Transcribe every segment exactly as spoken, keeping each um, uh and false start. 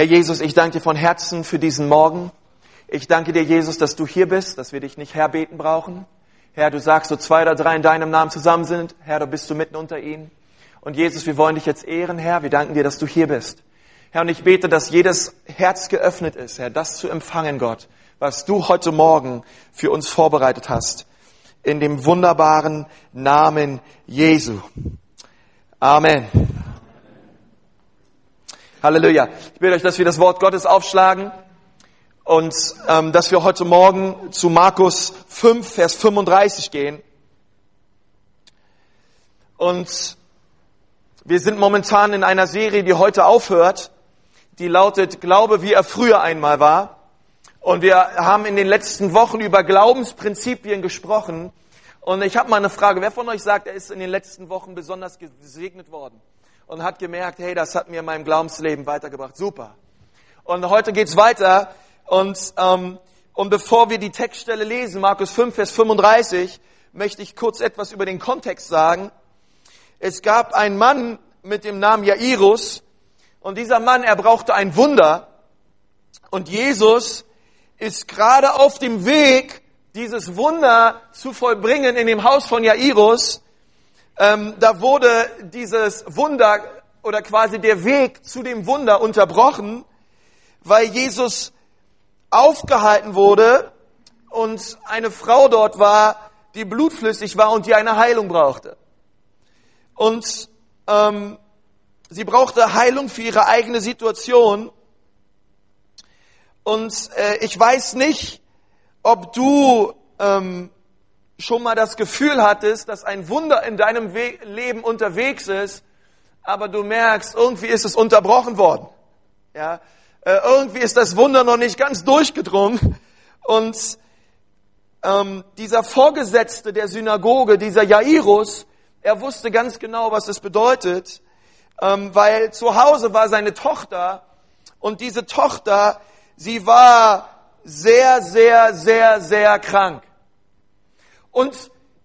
Herr Jesus, ich danke dir von Herzen für diesen Morgen. Ich danke dir, Jesus, dass du hier bist, dass wir dich nicht herbeten brauchen. Herr, du sagst, so zwei oder drei in deinem Namen zusammen sind. Herr, da bist du mitten unter ihnen. Und Jesus, wir wollen dich jetzt ehren, Herr. Wir danken dir, dass du hier bist. Herr, und ich bete, dass jedes Herz geöffnet ist, Herr, das zu empfangen, Gott, was du heute Morgen für uns vorbereitet hast. In dem wunderbaren Namen Jesu. Amen. Halleluja. Ich bitte euch, dass wir das Wort Gottes aufschlagen und ähm, dass wir heute Morgen zu Markus fünf, Vers fünfunddreißig gehen. Und wir sind momentan in einer Serie, die heute aufhört, die lautet Glaube, wie er früher einmal war. Und wir haben in den letzten Wochen über Glaubensprinzipien gesprochen. Und ich habe mal eine Frage. Wer von euch sagt, er ist in den letzten Wochen besonders gesegnet worden und hat gemerkt, hey, das hat mir in meinem Glaubensleben weitergebracht. Super. Und heute geht's weiter. Und, ähm, und bevor wir die Textstelle lesen, Markus fünf, Vers fünfunddreißig, möchte ich kurz etwas über den Kontext sagen. Es gab einen Mann mit dem Namen Jairus. Und dieser Mann, er brauchte ein Wunder. Und Jesus ist gerade auf dem Weg, dieses Wunder zu vollbringen in dem Haus von Jairus. Ähm, da wurde dieses Wunder oder quasi der Weg zu dem Wunder unterbrochen, weil Jesus aufgehalten wurde und eine Frau dort war, die blutflüssig war und die eine Heilung brauchte. Und ähm, sie brauchte Heilung für ihre eigene Situation. Und äh, ich weiß nicht, ob du ähm, schon mal das Gefühl hattest, dass ein Wunder in deinem We- Leben unterwegs ist, aber du merkst, irgendwie ist es unterbrochen worden. Ja, äh, irgendwie ist das Wunder noch nicht ganz durchgedrungen. Und ähm, dieser Vorgesetzte der Synagoge, dieser Jairus, er wusste ganz genau, was es bedeutet, ähm, weil zu Hause war seine Tochter und diese Tochter, sie war sehr, sehr, sehr, sehr krank. Und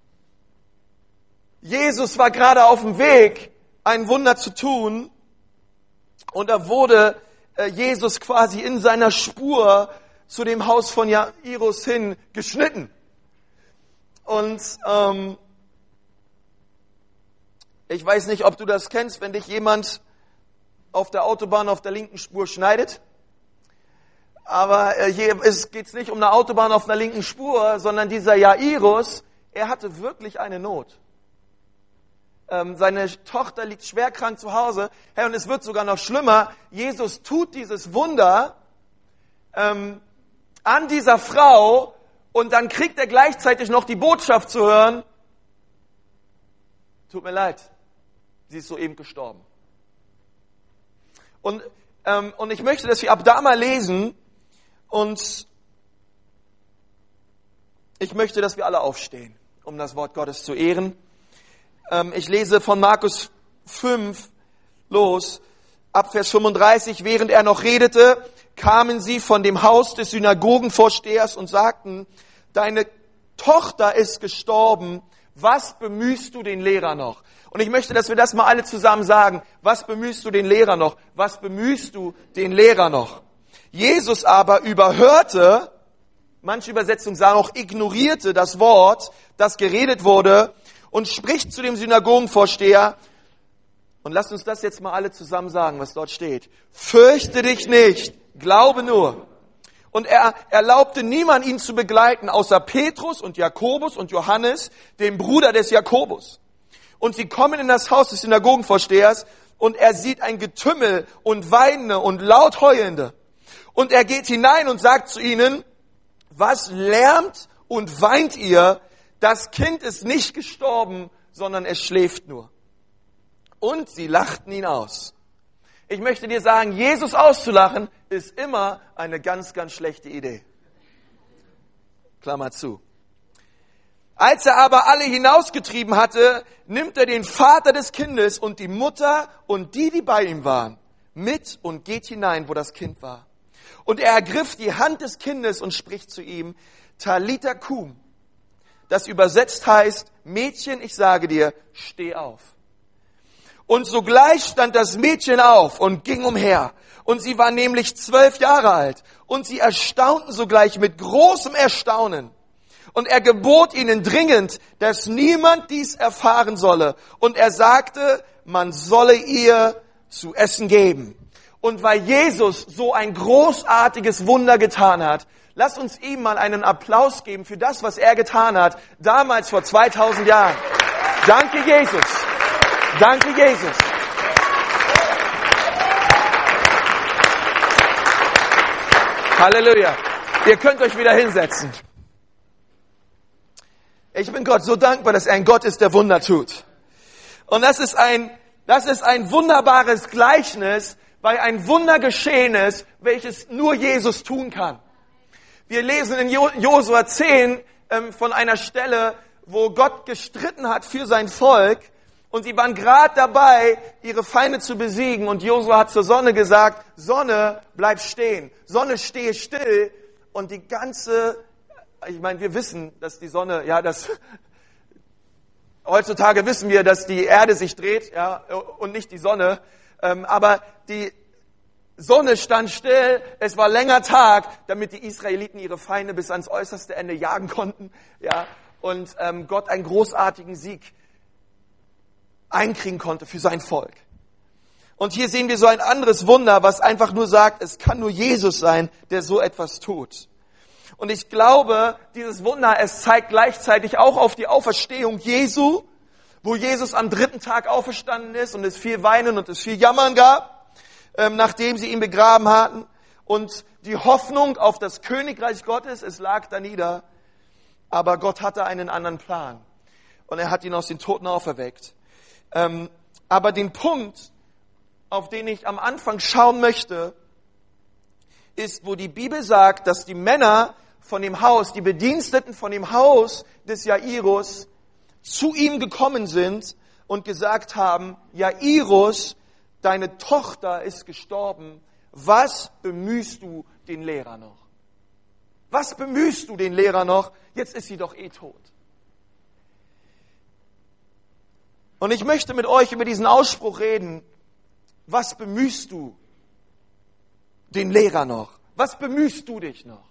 Jesus war gerade auf dem Weg, ein Wunder zu tun. Und da wurde äh, Jesus quasi in seiner Spur zu dem Haus von Jairus hin geschnitten. Und ähm, ich weiß nicht, ob du das kennst, wenn dich jemand auf der Autobahn auf der linken Spur schneidet. Aber hier geht es nicht um eine Autobahn auf einer linken Spur, sondern dieser Jairus, er hatte wirklich eine Not. Ähm, seine Tochter liegt schwerkrank zu Hause. Hey, und es wird sogar noch schlimmer. Jesus tut dieses Wunder ähm, an dieser Frau und dann kriegt er gleichzeitig noch die Botschaft zu hören. Tut mir leid, sie ist soeben gestorben. Und, ähm, und ich möchte, dass wir ab da mal lesen. Und ich möchte, dass wir alle aufstehen, um das Wort Gottes zu ehren. Ich lese von Markus fünf los, ab Vers fünfunddreißig. Während er noch redete, kamen sie von dem Haus des Synagogenvorstehers und sagten, deine Tochter ist gestorben, was bemühst du den Lehrer noch? Und ich möchte, dass wir das mal alle zusammen sagen. Was bemühst du den Lehrer noch? Was bemühst du den Lehrer noch? Jesus aber überhörte, manche Übersetzungen sagen auch ignorierte das Wort, das geredet wurde und spricht zu dem Synagogenvorsteher. Und lasst uns das jetzt mal alle zusammen sagen, was dort steht. Fürchte dich nicht, glaube nur. Und er erlaubte niemand, ihn zu begleiten, außer Petrus und Jakobus und Johannes, dem Bruder des Jakobus. Und sie kommen in das Haus des Synagogenvorstehers und er sieht ein Getümmel und Weinende und laut Heulende. Und er geht hinein und sagt zu ihnen, was lärmt und weint ihr? Das Kind ist nicht gestorben, sondern es schläft nur. Und sie lachten ihn aus. Ich möchte dir sagen, Jesus auszulachen ist immer eine ganz, ganz schlechte Idee. Klammer zu. Als er aber alle hinausgetrieben hatte, nimmt er den Vater des Kindes und die Mutter und die, die bei ihm waren, mit und geht hinein, wo das Kind war. Und er ergriff die Hand des Kindes und spricht zu ihm, Talitha kum. Das übersetzt heißt, Mädchen, ich sage dir, steh auf. Und sogleich stand das Mädchen auf und ging umher. Und sie war nämlich zwölf Jahre alt. Und sie erstaunten sogleich mit großem Erstaunen. Und er gebot ihnen dringend, dass niemand dies erfahren solle. Und er sagte, man solle ihr zu essen geben. Und weil Jesus so ein großartiges Wunder getan hat, lasst uns ihm mal einen Applaus geben für das, was er getan hat, damals vor zweitausend Jahren. Danke, Jesus. Danke, Jesus. Halleluja. Ihr könnt euch wieder hinsetzen. Ich bin Gott so dankbar, dass er ein Gott ist, der Wunder tut. Und das ist ein, das ist ein wunderbares Gleichnis, weil ein Wunder geschehen ist, welches nur Jesus tun kann. Wir lesen in Josua zehn ähm, von einer Stelle, wo Gott gestritten hat für sein Volk. Und sie waren gerade dabei, ihre Feinde zu besiegen. Und Josua hat zur Sonne gesagt, Sonne, bleib stehen. Sonne, stehe still. Und die ganze, ich meine, wir wissen, dass die Sonne, ja, das, heutzutage wissen wir, dass die Erde sich dreht, ja, und nicht die Sonne. Ähm, aber die Sonne stand still, es war länger Tag, damit die Israeliten ihre Feinde bis ans äußerste Ende jagen konnten, ja, und ähm, Gott einen großartigen Sieg einkriegen konnte für sein Volk. Und hier sehen wir so ein anderes Wunder, was einfach nur sagt, es kann nur Jesus sein, der so etwas tut. Und ich glaube, dieses Wunder, es zeigt gleichzeitig auch auf die Auferstehung Jesu, wo Jesus am dritten Tag auferstanden ist und es viel Weinen und es viel Jammern gab, ähm, nachdem sie ihn begraben hatten. Und die Hoffnung auf das Königreich Gottes, es lag da nieder. Aber Gott hatte einen anderen Plan. Und er hat ihn aus den Toten auferweckt. Ähm, aber den Punkt, auf den ich am Anfang schauen möchte, ist, wo die Bibel sagt, dass die Männer von dem Haus, die Bediensteten von dem Haus des Jairus zu ihm gekommen sind und gesagt haben, Jairus, deine Tochter ist gestorben, was bemühst du den Lehrer noch? Was bemühst du den Lehrer noch? Jetzt ist sie doch eh tot. Und ich möchte mit euch über diesen Ausspruch reden. Was bemühst du den Lehrer noch? Was bemühst du dich noch?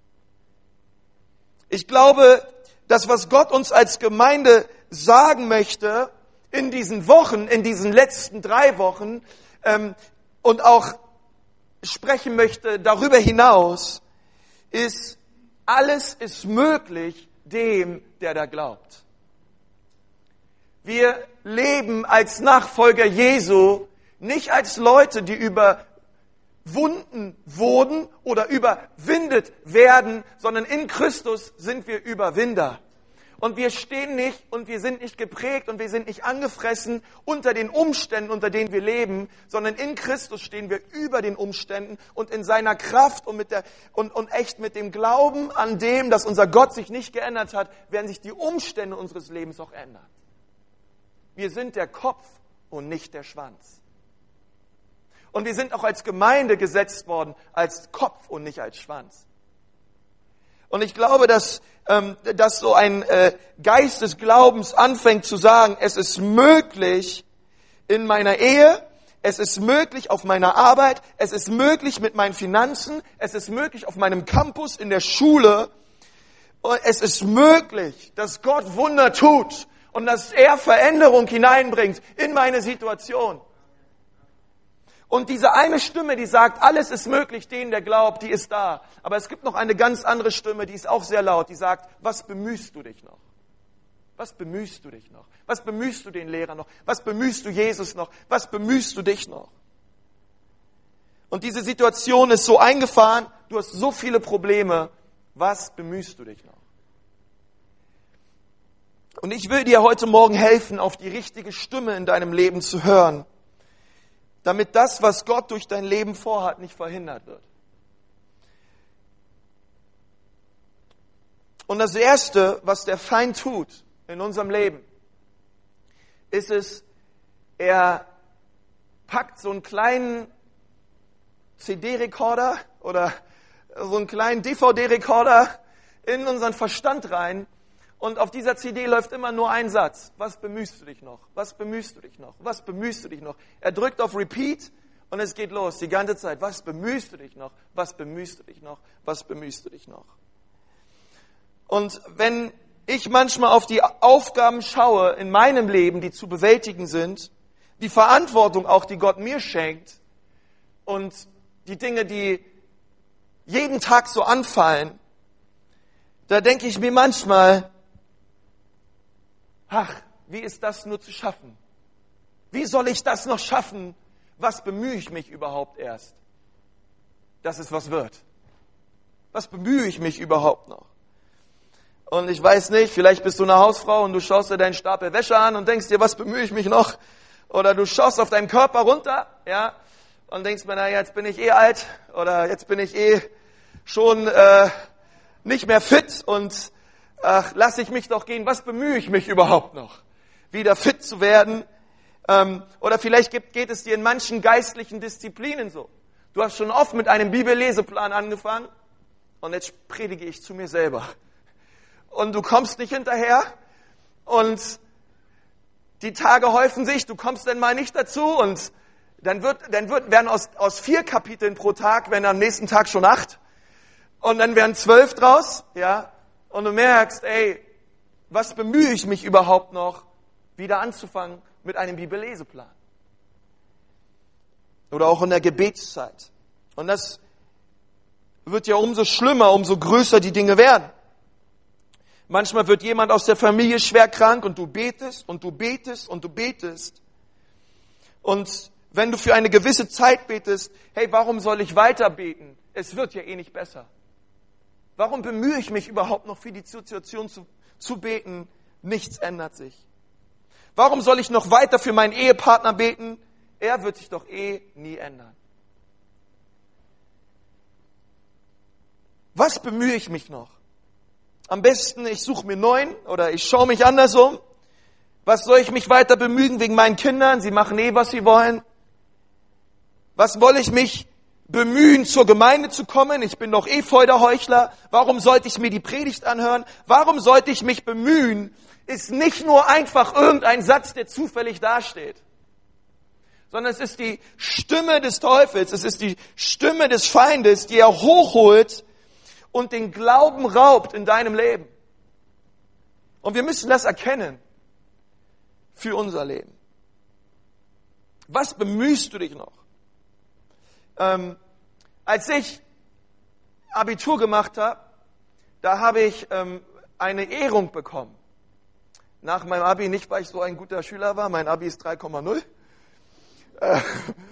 Ich glaube, das, was Gott uns als Gemeinde sagen möchte in diesen Wochen, in diesen letzten drei Wochen ähm, und auch sprechen möchte darüber hinaus, ist, alles ist möglich dem, der da glaubt. Wir leben als Nachfolger Jesu nicht als Leute, die überwunden wurden oder überwindet werden, sondern in Christus sind wir Überwinder. Und wir stehen nicht und wir sind nicht geprägt und wir sind nicht angefressen unter den Umständen, unter denen wir leben, sondern in Christus stehen wir über den Umständen und in seiner Kraft und, mit der, und, und echt mit dem Glauben an dem, dass unser Gott sich nicht geändert hat, werden sich die Umstände unseres Lebens auch ändern. Wir sind der Kopf und nicht der Schwanz. Und wir sind auch als Gemeinde gesetzt worden, als Kopf und nicht als Schwanz. Und ich glaube, dass, ähm, dass so ein äh, Geist des Glaubens anfängt zu sagen, es ist möglich in meiner Ehe, es ist möglich auf meiner Arbeit, es ist möglich mit meinen Finanzen, es ist möglich auf meinem Campus, in der Schule. Und es ist möglich, dass Gott Wunder tut und dass er Veränderung hineinbringt in meine Situation. Und diese eine Stimme, die sagt, alles ist möglich, denen, der glaubt, die ist da. Aber es gibt noch eine ganz andere Stimme, die ist auch sehr laut, die sagt, was bemühst du dich noch? Was bemühst du dich noch? Was bemühst du den Lehrer noch? Was bemühst du Jesus noch? Was bemühst du dich noch? Und diese Situation ist so eingefahren, du hast so viele Probleme. Was bemühst du dich noch? Und ich will dir heute Morgen helfen, auf die richtige Stimme in deinem Leben zu hören, damit das, was Gott durch dein Leben vorhat, nicht verhindert wird. Und das Erste, was der Feind tut in unserem Leben, ist es, er packt so einen kleinen C D-Rekorder oder so einen kleinen D V D-Rekorder in unseren Verstand rein Und auf dieser C D läuft immer nur ein Satz. Was bemühst du dich noch? Was bemühst du dich noch? Was bemühst du dich noch? Er drückt auf Repeat und es geht los die ganze Zeit. Was bemühst du dich noch? Was bemühst du dich noch? Was bemühst du dich noch? Und wenn ich manchmal auf die Aufgaben schaue in meinem Leben, die zu bewältigen sind, die Verantwortung auch, die Gott mir schenkt und die Dinge, die jeden Tag so anfallen, da denke ich mir manchmal, ach, wie ist das nur zu schaffen? Wie soll ich das noch schaffen? Was bemühe ich mich überhaupt erst, dass es was wird? Was bemühe ich mich überhaupt noch? Und ich weiß nicht, vielleicht bist du eine Hausfrau und du schaust dir deinen Stapel Wäsche an und denkst dir, was bemühe ich mich noch? Oder du schaust auf deinen Körper runter, ja, und denkst mir, na, jetzt bin ich eh alt oder jetzt bin ich eh schon äh, nicht mehr fit und ach, lass ich mich doch gehen. Was bemühe ich mich überhaupt noch, wieder fit zu werden? Ähm, oder vielleicht geht, geht es dir in manchen geistlichen Disziplinen so. Du hast schon oft mit einem Bibelleseplan angefangen und jetzt predige ich zu mir selber. Und du kommst nicht hinterher und die Tage häufen sich, du kommst dann mal nicht dazu und dann wird, dann wird, werden aus, aus vier Kapiteln pro Tag, werden am nächsten Tag schon acht und dann werden zwölf draus, ja, und du merkst, ey, was bemühe ich mich überhaupt noch, wieder anzufangen mit einem Bibelleseplan? Oder auch in der Gebetszeit. Und das wird ja umso schlimmer, umso größer die Dinge werden. Manchmal wird jemand aus der Familie schwer krank und du betest und du betest und du betest. Und wenn du für eine gewisse Zeit betest, hey, warum soll ich weiter beten? Es wird ja eh nicht besser. Warum bemühe ich mich überhaupt noch für die Situation zu, zu beten? Nichts ändert sich. Warum soll ich noch weiter für meinen Ehepartner beten? Er wird sich doch eh nie ändern. Was bemühe ich mich noch? Am besten, ich suche mir neuen oder ich schaue mich anders um. Was soll ich mich weiter bemühen wegen meinen Kindern? Sie machen eh, was sie wollen. Was soll ich mich bemühen, zur Gemeinde zu kommen? Ich bin doch eh voll der Heuchler. Warum sollte ich mir die Predigt anhören? Warum sollte ich mich bemühen? Ist nicht nur einfach irgendein Satz, der zufällig dasteht, sondern es ist die Stimme des Teufels, es ist die Stimme des Feindes, die er hochholt und den Glauben raubt in deinem Leben. Und wir müssen das erkennen für unser Leben. Was bemühst du dich noch? Ähm, als ich Abitur gemacht habe, da habe ich ähm, eine Ehrung bekommen. Nach meinem Abi, nicht weil ich so ein guter Schüler war, mein Abi ist drei Komma null. Äh,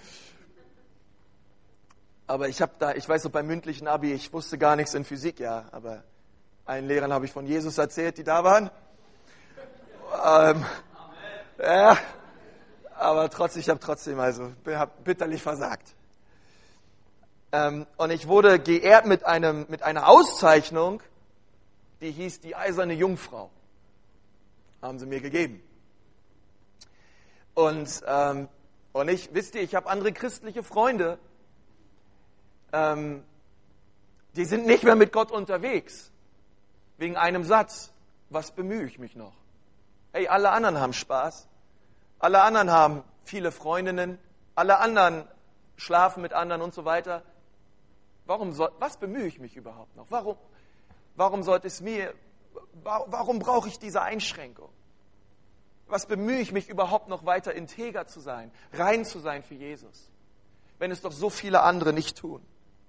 aber ich habe da, ich weiß so beim mündlichen Abi, ich wusste gar nichts in Physik, ja, aber allen Lehrern habe ich von Jesus erzählt, die da waren. Ähm, ja, aber trotzdem, ich habe trotzdem also hab bitterlich versagt. Ähm, und ich wurde geehrt mit einem mit einer Auszeichnung, die hieß die Eiserne Jungfrau. Haben sie mir gegeben. Und ähm, und ich, wisst ihr, ich habe andere christliche Freunde, ähm, die sind nicht mehr mit Gott unterwegs wegen einem Satz. Was bemühe ich mich noch? Hey, alle anderen haben Spaß. Alle anderen haben viele Freundinnen. Alle anderen schlafen mit anderen und so weiter. Warum soll, was bemühe ich mich überhaupt noch? Warum, warum sollte es mir, warum brauche ich diese Einschränkung? Was bemühe ich mich überhaupt noch weiter integer zu sein, rein zu sein für Jesus, wenn es doch so viele andere nicht tun?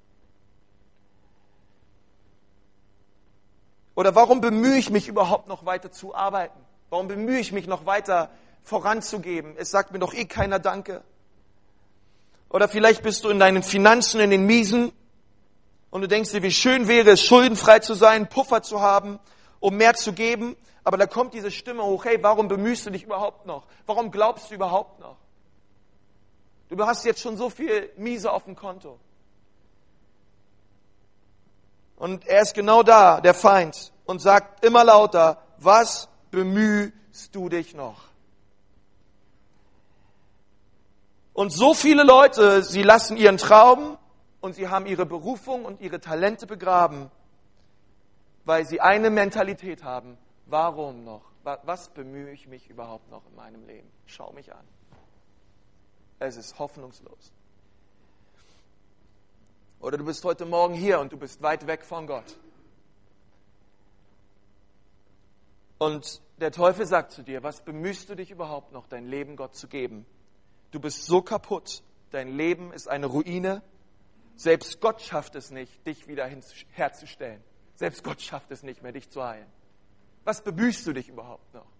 Oder warum bemühe ich mich überhaupt noch weiter zu arbeiten? Warum bemühe ich mich noch weiter voranzugeben? Es sagt mir doch eh keiner Danke. Oder vielleicht bist du in deinen Finanzen in den Miesen und du denkst dir, wie schön wäre es, schuldenfrei zu sein, Puffer zu haben, um mehr zu geben. Aber da kommt diese Stimme hoch, hey, warum bemühst du dich überhaupt noch? Warum glaubst du überhaupt noch? Du hast jetzt schon so viel Miese auf dem Konto. Und er ist genau da, der Feind, und sagt immer lauter, was bemühst du dich noch? Und so viele Leute, sie lassen ihren Traum und sie haben ihre Berufung und ihre Talente begraben, weil sie eine Mentalität haben. Warum noch? Was bemühe ich mich überhaupt noch in meinem Leben? Schau mich an. Es ist hoffnungslos. Oder du bist heute Morgen hier und du bist weit weg von Gott. Und der Teufel sagt zu dir, was bemühst du dich überhaupt noch, dein Leben Gott zu geben? Du bist so kaputt, dein Leben ist eine Ruine. Selbst Gott schafft es nicht, dich wieder herzustellen. Selbst Gott schafft es nicht mehr, dich zu heilen. Was bemühst du dich überhaupt noch?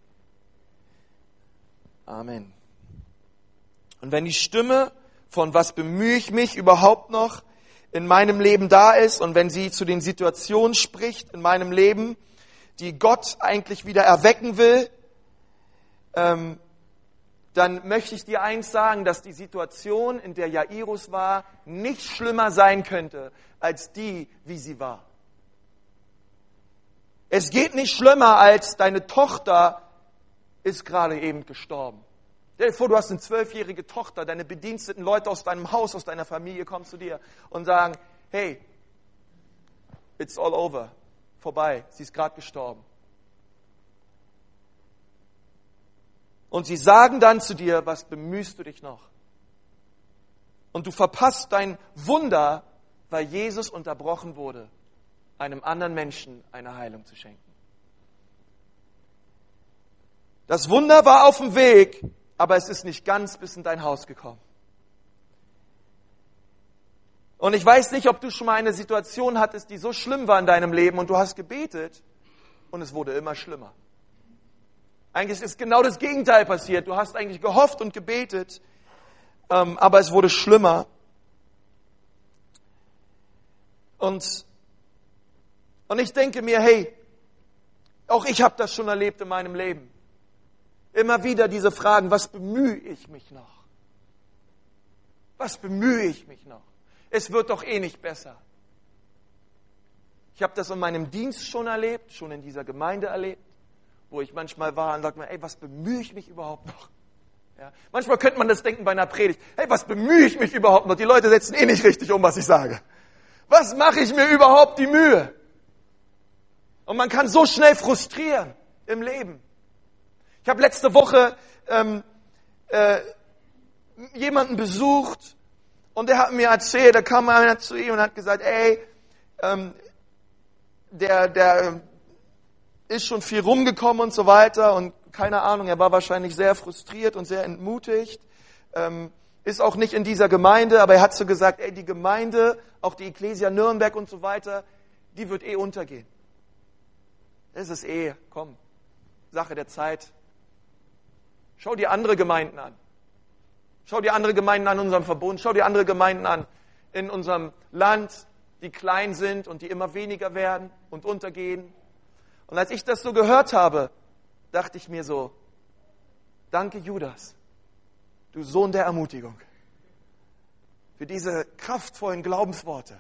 Amen. Und wenn die Stimme von was bemühe ich mich überhaupt noch in meinem Leben da ist und wenn sie zu den Situationen spricht in meinem Leben, die Gott eigentlich wieder erwecken will, ähm, dann möchte ich dir eins sagen, dass die Situation, in der Jairus war, nicht schlimmer sein könnte als die, wie sie war. Es geht nicht schlimmer, als deine Tochter ist gerade eben gestorben. Stell dir vor, du hast eine zwölfjährige Tochter, deine bediensteten Leute aus deinem Haus, aus deiner Familie kommen zu dir und sagen, hey, it's all over, vorbei, sie ist gerade gestorben. Und sie sagen dann zu dir, was bemühst du dich noch? Und du verpasst dein Wunder, weil Jesus unterbrochen wurde, einem anderen Menschen eine Heilung zu schenken. Das Wunder war auf dem Weg, aber es ist nicht ganz bis in dein Haus gekommen. Und ich weiß nicht, ob du schon mal eine Situation hattest, die so schlimm war in deinem Leben und du hast gebetet und es wurde immer schlimmer. Eigentlich ist genau das Gegenteil passiert. Du hast eigentlich gehofft und gebetet, ähm, aber es wurde schlimmer. Und, und ich denke mir, hey, auch ich habe das schon erlebt in meinem Leben. Immer wieder diese Fragen, was bemühe ich mich noch? Was bemühe ich mich noch? Es wird doch eh nicht besser. Ich habe das in meinem Dienst schon erlebt, schon in dieser Gemeinde erlebt, wo ich manchmal war und dachte mir, ey, was bemühe ich mich überhaupt noch? Ja, manchmal könnte man das denken bei einer Predigt, hey, was bemühe ich mich überhaupt noch? Die Leute setzen eh nicht richtig um, was ich sage. Was mache ich mir überhaupt die Mühe? Und man kann so schnell frustrieren im Leben. Ich habe letzte Woche ähm, äh, jemanden besucht und der hat mir erzählt, da kam einer zu ihm und hat gesagt, ey, ähm, der, der ist schon viel rumgekommen und so weiter und keine Ahnung, er war wahrscheinlich sehr frustriert und sehr entmutigt, ähm, ist auch nicht in dieser Gemeinde, aber er hat so gesagt, ey, die Gemeinde, auch die Ecclesia Nürnberg und so weiter, die wird eh untergehen. Das ist eh, komm, Sache der Zeit. Schau dir andere Gemeinden an. Schau dir andere Gemeinden an in unserem Verbund. Schau dir andere Gemeinden an in unserem Land, die klein sind und die immer weniger werden und untergehen. Und als ich das so gehört habe, dachte ich mir so, danke Judas, du Sohn der Ermutigung, für diese kraftvollen Glaubensworte.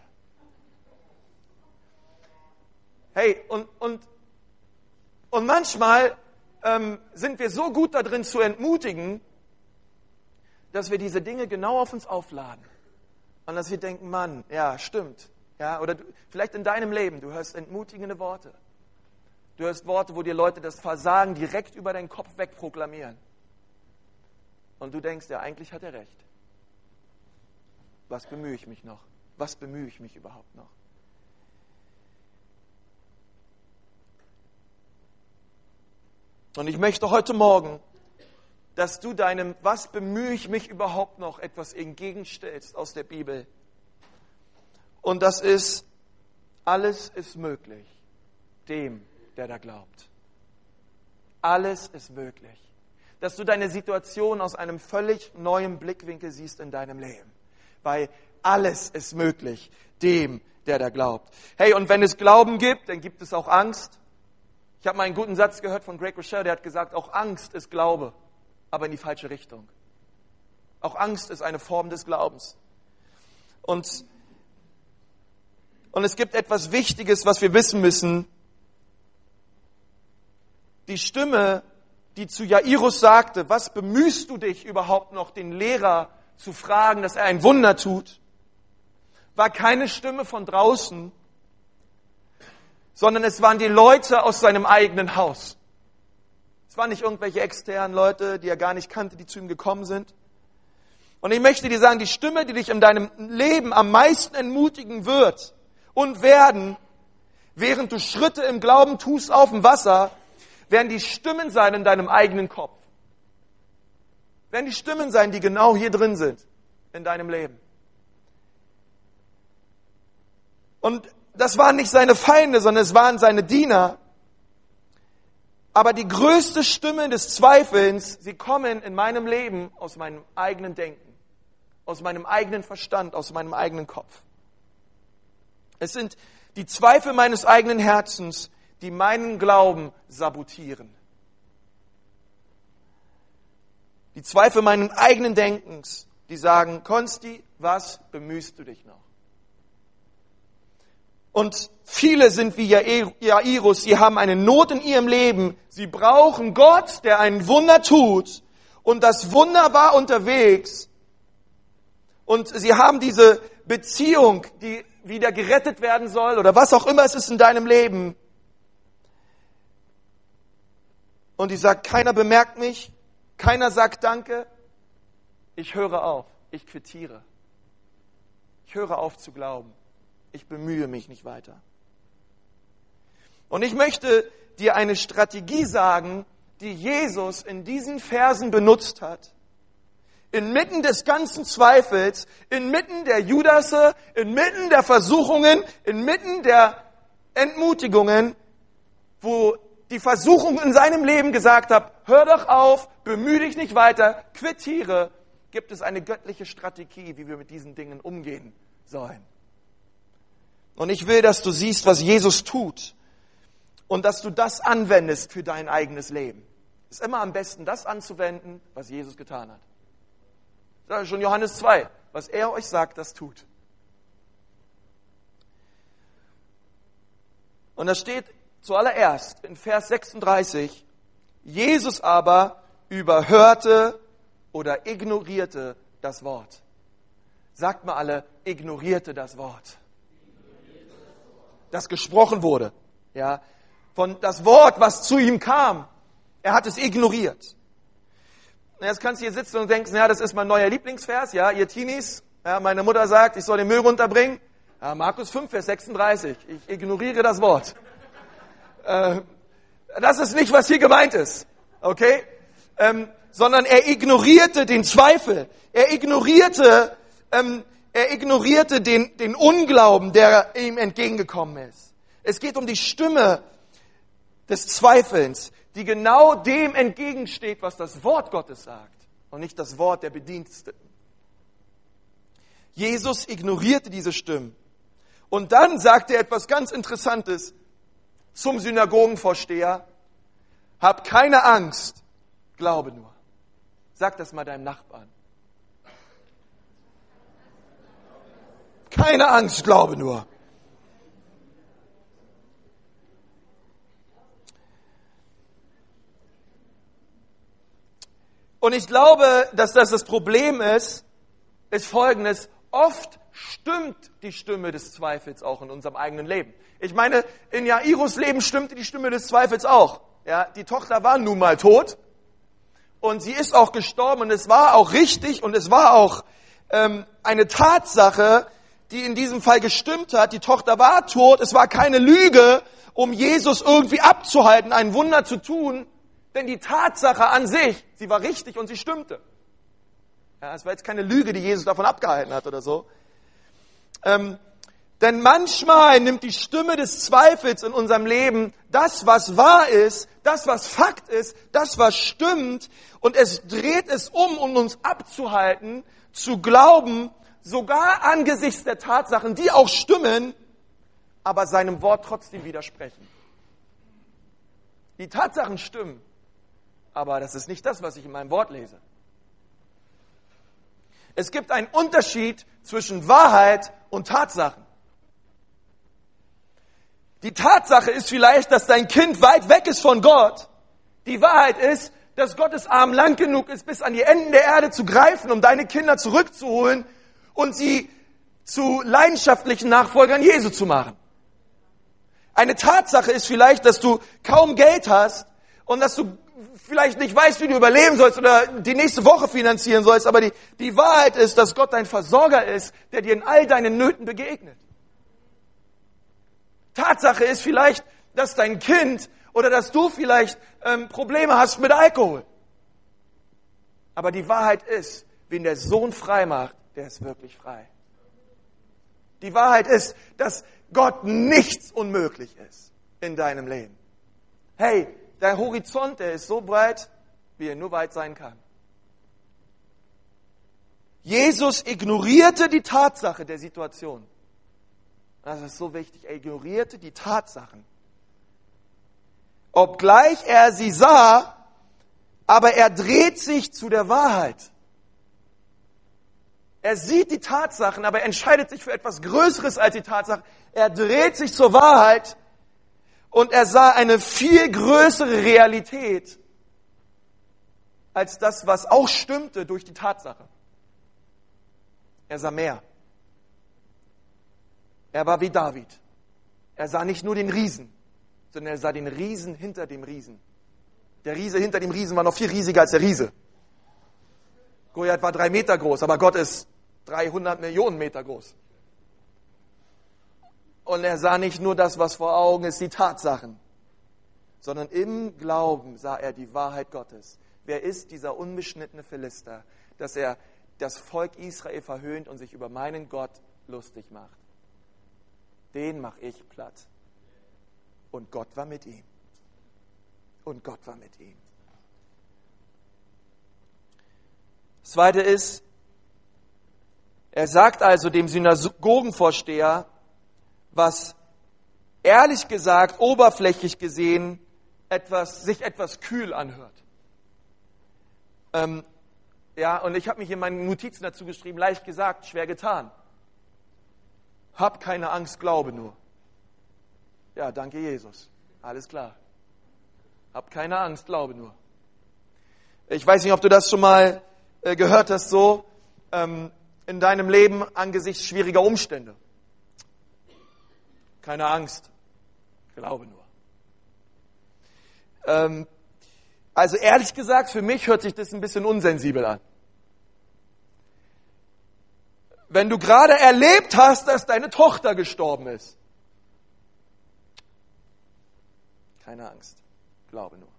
Hey, und, und, und manchmal ähm, sind wir so gut da drin zu entmutigen, dass wir diese Dinge genau auf uns aufladen. Und dass wir denken, Mann, ja, stimmt. Ja, oder du, vielleicht in deinem Leben, du hörst entmutigende Worte. Du hörst Worte, wo dir Leute das Versagen direkt über deinen Kopf wegproklamieren. Und du denkst, ja, eigentlich hat er recht. Was bemühe ich mich noch? Was bemühe ich mich überhaupt noch? Und ich möchte heute Morgen, dass du deinem, was bemühe ich mich überhaupt noch, etwas entgegenstellst aus der Bibel. Und das ist, alles ist möglich, dem, der da glaubt. Alles ist möglich. Dass du deine Situation aus einem völlig neuen Blickwinkel siehst in deinem Leben. Weil alles ist möglich, dem, der da glaubt. Hey, und wenn es Glauben gibt, dann gibt es auch Angst. Ich habe mal einen guten Satz gehört von Greg Rochelle, der hat gesagt, auch Angst ist Glaube, aber in die falsche Richtung. Auch Angst ist eine Form des Glaubens. Und, und es gibt etwas Wichtiges, was wir wissen müssen. Die Stimme, die zu Jairus sagte, was bemühst du dich überhaupt noch, den Lehrer zu fragen, dass er ein Wunder tut, war keine Stimme von draußen, sondern es waren die Leute aus seinem eigenen Haus. Es waren nicht irgendwelche externen Leute, die er gar nicht kannte, die zu ihm gekommen sind. Und ich möchte dir sagen, die Stimme, die dich in deinem Leben am meisten entmutigen wird und werden, während du Schritte im Glauben tust auf dem Wasser, werden die Stimmen sein in deinem eigenen Kopf. Werden die Stimmen sein, die genau hier drin sind in deinem Leben. Und das waren nicht seine Feinde, sondern es waren seine Diener. Aber die größte Stimme des Zweifelns, sie kommen in meinem Leben aus meinem eigenen Denken, aus meinem eigenen Verstand, aus meinem eigenen Kopf. Es sind die Zweifel meines eigenen Herzens, die meinen Glauben sabotieren. Die Zweifel meines eigenen Denkens, die sagen, Konsti, was bemühst du dich noch? Und viele sind wie Jairus, sie haben eine Not in ihrem Leben. Sie brauchen Gott, der ein Wunder tut. Und das Wunder war unterwegs. Und sie haben diese Beziehung, die wieder gerettet werden soll oder was auch immer es ist in deinem Leben. Und die sagt, keiner bemerkt mich, keiner sagt Danke. Ich höre auf, ich quittiere. Ich höre auf zu glauben. Ich bemühe mich nicht weiter. Und ich möchte dir eine Strategie sagen, die Jesus in diesen Versen benutzt hat. Inmitten des ganzen Zweifels, inmitten der Judasse, inmitten der Versuchungen, inmitten der Entmutigungen, wo die Versuchung in seinem Leben gesagt hat, hör doch auf, bemühe dich nicht weiter, quittiere, gibt es eine göttliche Strategie, wie wir mit diesen Dingen umgehen sollen. Und ich will, dass du siehst, was Jesus tut und dass du das anwendest für dein eigenes Leben. Es ist immer am besten, das anzuwenden, was Jesus getan hat. Das ist schon Johannes zwei. Was er euch sagt, das tut. Und da steht zuallererst in Vers sechsunddreißig, Jesus aber überhörte oder ignorierte das Wort. Sagt mal alle, ignorierte das Wort. Das gesprochen wurde. Ja, von das Wort, was zu ihm kam. Er hat es ignoriert. Jetzt kannst du hier sitzen und denkst, ja, das ist mein neuer Lieblingsvers, ja, ihr Teenies. Ja, meine Mutter sagt, ich soll den Müll runterbringen. Ja, Markus fünf, Vers sechsunddreißig. Ich ignoriere das Wort. Äh, das ist nicht, was hier gemeint ist. Okay? Ähm, sondern er ignorierte den Zweifel. Er ignorierte, ähm, er ignorierte den, den Unglauben, der ihm entgegengekommen ist. Es geht um die Stimme des Zweifelns, die genau dem entgegensteht, was das Wort Gottes sagt und nicht das Wort der Bediensteten. Jesus ignorierte diese Stimmen. Und dann sagte er etwas ganz Interessantes zum Synagogenvorsteher. Hab keine Angst, glaube nur. Sag das mal deinem Nachbarn. Keine Angst, glaube nur. Und ich glaube, dass das das Problem ist, ist Folgendes. Oft stimmt die Stimme des Zweifels auch in unserem eigenen Leben. Ich meine, in Jairus Leben stimmte die Stimme des Zweifels auch. Ja, die Tochter war nun mal tot und sie ist auch gestorben und es war auch richtig und es war auch ähm, eine Tatsache, die in diesem Fall gestimmt hat. Die Tochter war tot, es war keine Lüge, um Jesus irgendwie abzuhalten, ein Wunder zu tun. Denn die Tatsache an sich, sie war richtig und sie stimmte. Ja, es war jetzt keine Lüge, die Jesus davon abgehalten hat oder so. Ähm, denn manchmal nimmt die Stimme des Zweifels in unserem Leben das, was wahr ist, das, was Fakt ist, das, was stimmt, und es dreht es um, um uns abzuhalten, zu glauben, sogar angesichts der Tatsachen, die auch stimmen, aber seinem Wort trotzdem widersprechen. Die Tatsachen stimmen. Aber das ist nicht das, was ich in meinem Wort lese. Es gibt einen Unterschied zwischen Wahrheit und Tatsachen. Die Tatsache ist vielleicht, dass dein Kind weit weg ist von Gott. Die Wahrheit ist, dass Gottes Arm lang genug ist, bis an die Enden der Erde zu greifen, um deine Kinder zurückzuholen und sie zu leidenschaftlichen Nachfolgern Jesu zu machen. Eine Tatsache ist vielleicht, dass du kaum Geld hast und dass du vielleicht nicht weißt, wie du überleben sollst oder die nächste Woche finanzieren sollst, aber die, die Wahrheit ist, dass Gott dein Versorger ist, der dir in all deinen Nöten begegnet. Tatsache ist vielleicht, dass dein Kind oder dass du vielleicht ähm, Probleme hast mit Alkohol. Aber die Wahrheit ist, wen der Sohn frei macht, der ist wirklich frei. Die Wahrheit ist, dass Gott nichts unmöglich ist in deinem Leben. Hey, dein Horizont, der ist so breit, wie er nur weit sein kann. Jesus ignorierte die Tatsache der Situation. Das ist so wichtig. Er ignorierte die Tatsachen. Obgleich er sie sah, aber er dreht sich zu der Wahrheit. Er sieht die Tatsachen, aber er entscheidet sich für etwas Größeres als die Tatsachen. Er dreht sich zur Wahrheit und er sah eine viel größere Realität als das, was auch stimmte durch die Tatsache. Er sah mehr. Er war wie David. Er sah nicht nur den Riesen, sondern er sah den Riesen hinter dem Riesen. Der Riese hinter dem Riesen war noch viel riesiger als der Riese. Goliath war drei Meter groß, aber Gott ist dreihundert Millionen Meter groß. Und er sah nicht nur das, was vor Augen ist, die Tatsachen, sondern im Glauben sah er die Wahrheit Gottes. Wer ist dieser unbeschnittene Philister, dass er das Volk Israel verhöhnt und sich über meinen Gott lustig macht? Den mache ich platt. Und Gott war mit ihm. Und Gott war mit ihm. Das Zweite ist, er sagt also dem Synagogenvorsteher, was ehrlich gesagt, oberflächlich gesehen, etwas, sich etwas kühl anhört. Ähm, ja, und ich habe mich in meinen Notizen dazu geschrieben, leicht gesagt, schwer getan. Hab keine Angst, glaube nur. Ja, danke Jesus. Alles klar. Hab keine Angst, glaube nur. Ich weiß nicht, ob du das schon mal äh, gehört hast, so ähm, in deinem Leben angesichts schwieriger Umstände. Keine Angst, glaube nur. Ähm, also ehrlich gesagt, für mich hört sich das ein bisschen unsensibel an. Wenn du gerade erlebt hast, dass deine Tochter gestorben ist. Keine Angst, glaube nur.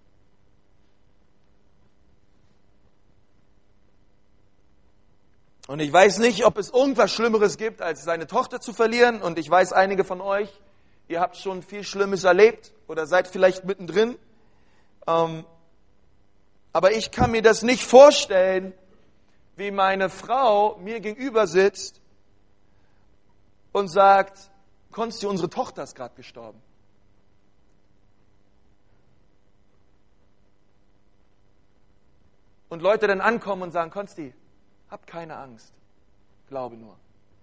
Und ich weiß nicht, ob es irgendwas Schlimmeres gibt, als seine Tochter zu verlieren. Und ich weiß, einige von euch, ihr habt schon viel Schlimmes erlebt oder seid vielleicht mittendrin. Ähm, aber ich kann mir das nicht vorstellen, wie meine Frau mir gegenüber sitzt und sagt, Konsti, unsere Tochter ist gerade gestorben. Und Leute dann ankommen und sagen, Konsti, hab keine Angst, glaube nur.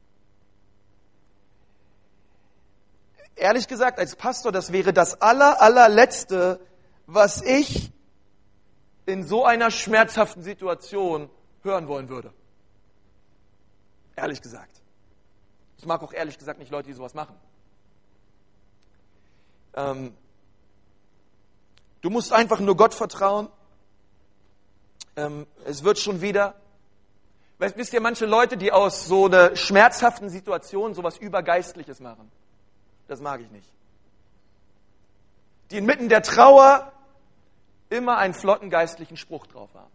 Ehrlich gesagt, als Pastor, das wäre das aller, allerletzte, was ich in so einer schmerzhaften Situation hören wollen würde. Ehrlich gesagt. Ich mag auch ehrlich gesagt nicht Leute, die sowas machen. Ähm, du musst einfach nur Gott vertrauen. Ähm, es wird schon wieder. Weißt, wisst ihr, manche Leute, die aus so einer schmerzhaften Situation sowas Übergeistliches machen, das mag ich nicht. Die inmitten der Trauer immer einen flotten geistlichen Spruch drauf haben.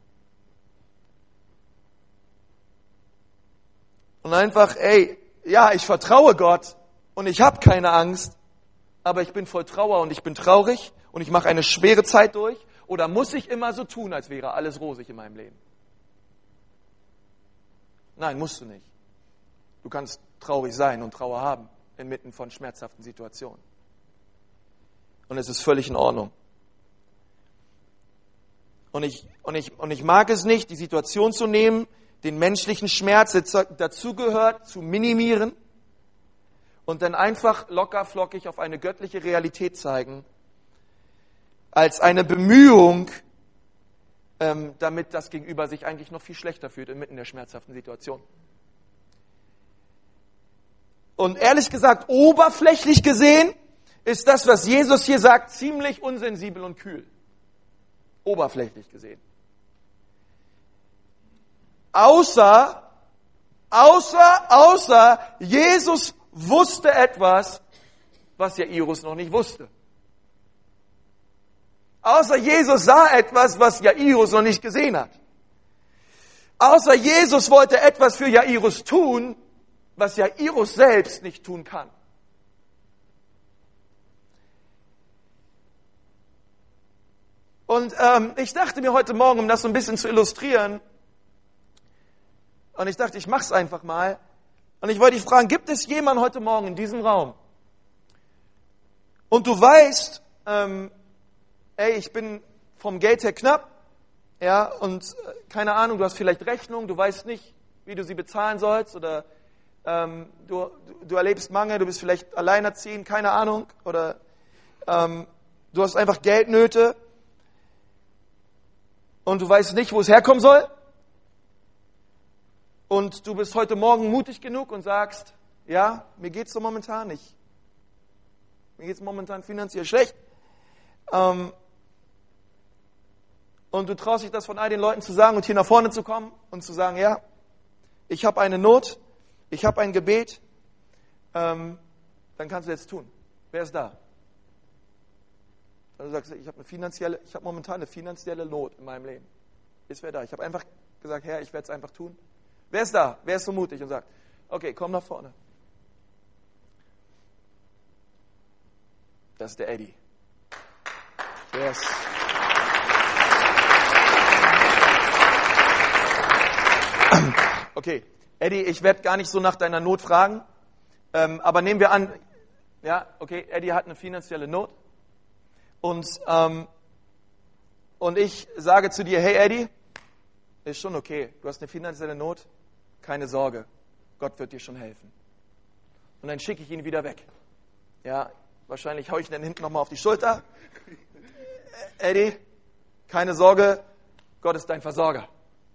Und einfach, ey, ja, ich vertraue Gott und ich habe keine Angst, aber ich bin voll Trauer und ich bin traurig und ich mache eine schwere Zeit durch. Oder muss ich immer so tun, als wäre alles rosig in meinem Leben? Nein, musst du nicht. Du kannst traurig sein und Trauer haben, inmitten von schmerzhaften Situationen. Und es ist völlig in Ordnung. Und ich, und ich, und ich mag es nicht, die Situation zu nehmen, den menschlichen Schmerz, der dazugehört, zu minimieren und dann einfach locker flockig auf eine göttliche Realität zeigen, als eine Bemühung, ähm, damit das Gegenüber sich eigentlich noch viel schlechter fühlt inmitten der schmerzhaften Situation. Und ehrlich gesagt, oberflächlich gesehen, ist das, was Jesus hier sagt, ziemlich unsensibel und kühl. Oberflächlich gesehen. Außer, außer, außer, Jesus wusste etwas, was Jairus noch nicht wusste. Außer Jesus sah etwas, was Jairus noch nicht gesehen hat. Außer Jesus wollte etwas für Jairus tun, was Jairus selbst nicht tun kann. Und ähm, ich dachte mir heute Morgen, um das so ein bisschen zu illustrieren, und ich dachte, ich mach's einfach mal, und ich wollte dich fragen, gibt es jemanden heute Morgen in diesem Raum, und du weißt, ähm, ey, ich bin vom Geld her knapp, ja, und äh, keine Ahnung, du hast vielleicht Rechnung, du weißt nicht, wie du sie bezahlen sollst, oder ähm, du, du, du erlebst Mangel, du bist vielleicht alleinerziehend, keine Ahnung, oder ähm, du hast einfach Geldnöte, und du weißt nicht, wo es herkommen soll. Und du bist heute Morgen mutig genug und sagst, ja, mir geht's so momentan nicht. Mir geht's momentan finanziell schlecht. Ähm, und du traust dich das von all den Leuten zu sagen und hier nach vorne zu kommen und zu sagen, ja, ich habe eine Not, ich habe ein Gebet, ähm, dann kannst du jetzt tun. Wer ist da? Du sagst, ich habe eine finanzielle, ich habe momentan eine finanzielle Not in meinem Leben. Ist wer da? Ich habe einfach gesagt, Herr, ich werde es einfach tun. Wer ist da? Wer ist so mutig und sagt, okay, komm nach vorne. Das ist der Eddie. Yes. Okay, Eddie, ich werde gar nicht so nach deiner Not fragen, ähm, aber nehmen wir an, ja, okay, Eddie hat eine finanzielle Not. Und, ähm, und ich sage zu dir, hey Eddie, ist schon okay, du hast eine finanzielle Not, keine Sorge, Gott wird dir schon helfen. Und dann schicke ich ihn wieder weg. Ja, wahrscheinlich haue ich ihn dann hinten nochmal auf die Schulter. Eddie, keine Sorge, Gott ist dein Versorger.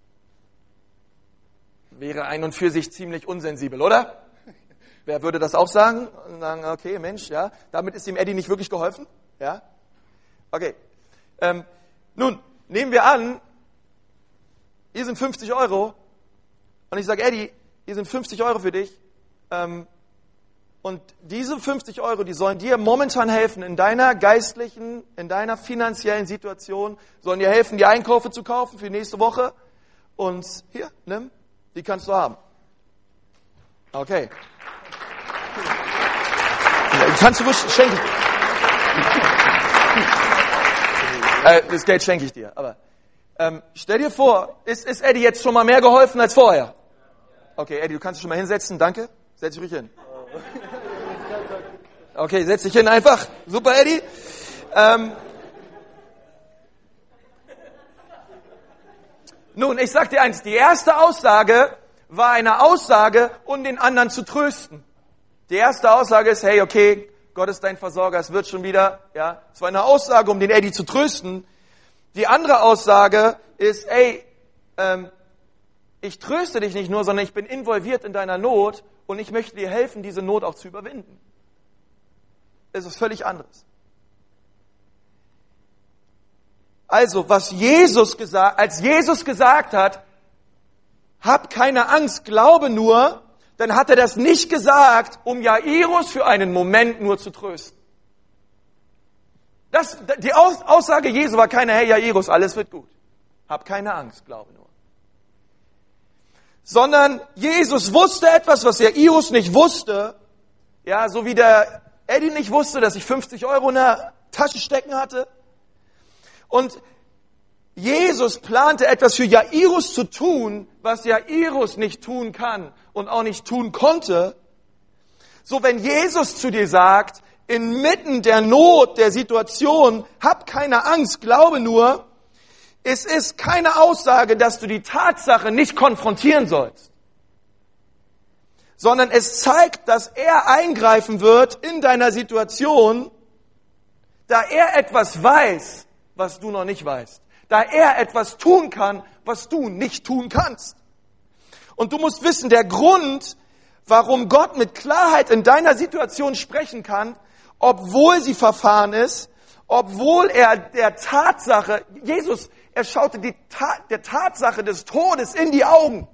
Wäre ein und für sich ziemlich unsensibel, oder? Wer würde das auch sagen? Und sagen, okay, Mensch, ja, damit ist dem Eddie nicht wirklich geholfen, ja. Okay, ähm, nun, nehmen wir an, hier sind fünfzig Euro und ich sage, Eddie, hier sind fünfzig Euro für dich ähm, und diese fünfzig Euro, die sollen dir momentan helfen in deiner geistlichen, in deiner finanziellen Situation, sollen dir helfen, die Einkäufe zu kaufen für nächste Woche und hier, nimm, die kannst du haben. Okay. Die kannst du ruhig schenken. Das Geld schenke ich dir. Aber ähm, stell dir vor, ist, ist Eddie jetzt schon mal mehr geholfen als vorher? Okay, Eddie, du kannst dich schon mal hinsetzen. Danke. Setz dich ruhig hin. Okay, setz dich hin einfach. Super, Eddie. Ähm, nun, ich sag dir eins. Die erste Aussage war eine Aussage, um den anderen zu trösten. Die erste Aussage ist, hey, okay, Gott ist dein Versorger, es wird schon wieder, ja. Es war eine Aussage, um den Eddie zu trösten. Die andere Aussage ist, ey, ähm, ich tröste dich nicht nur, sondern ich bin involviert in deiner Not und ich möchte dir helfen, diese Not auch zu überwinden. Es ist völlig anderes. Also, was Jesus gesagt, als Jesus gesagt hat, hab keine Angst, glaube nur, dann hat er das nicht gesagt, um Jairus für einen Moment nur zu trösten. Das, die Aussage Jesu war keine, hey Jairus, alles wird gut. Hab keine Angst, glaube nur. Sondern Jesus wusste etwas, was Jairus nicht wusste. Ja, so wie der Eddie nicht wusste, dass ich fünfzig Euro in der Tasche stecken hatte. Und Jesus plante etwas für Jairus zu tun, was Jairus nicht tun kann und auch nicht tun konnte. So, wenn Jesus zu dir sagt, inmitten der Not, der Situation, hab keine Angst, glaube nur, es ist keine Aussage, dass du die Tatsache nicht konfrontieren sollst, sondern es zeigt, dass er eingreifen wird in deiner Situation, da er etwas weiß, was du noch nicht weißt. Da er etwas tun kann, was du nicht tun kannst. Und du musst wissen, der Grund, warum Gott mit Klarheit in deiner Situation sprechen kann, obwohl sie verfahren ist, obwohl er der Tatsache, Jesus, er schaute die Tat, der Tatsache des Todes in die Augen.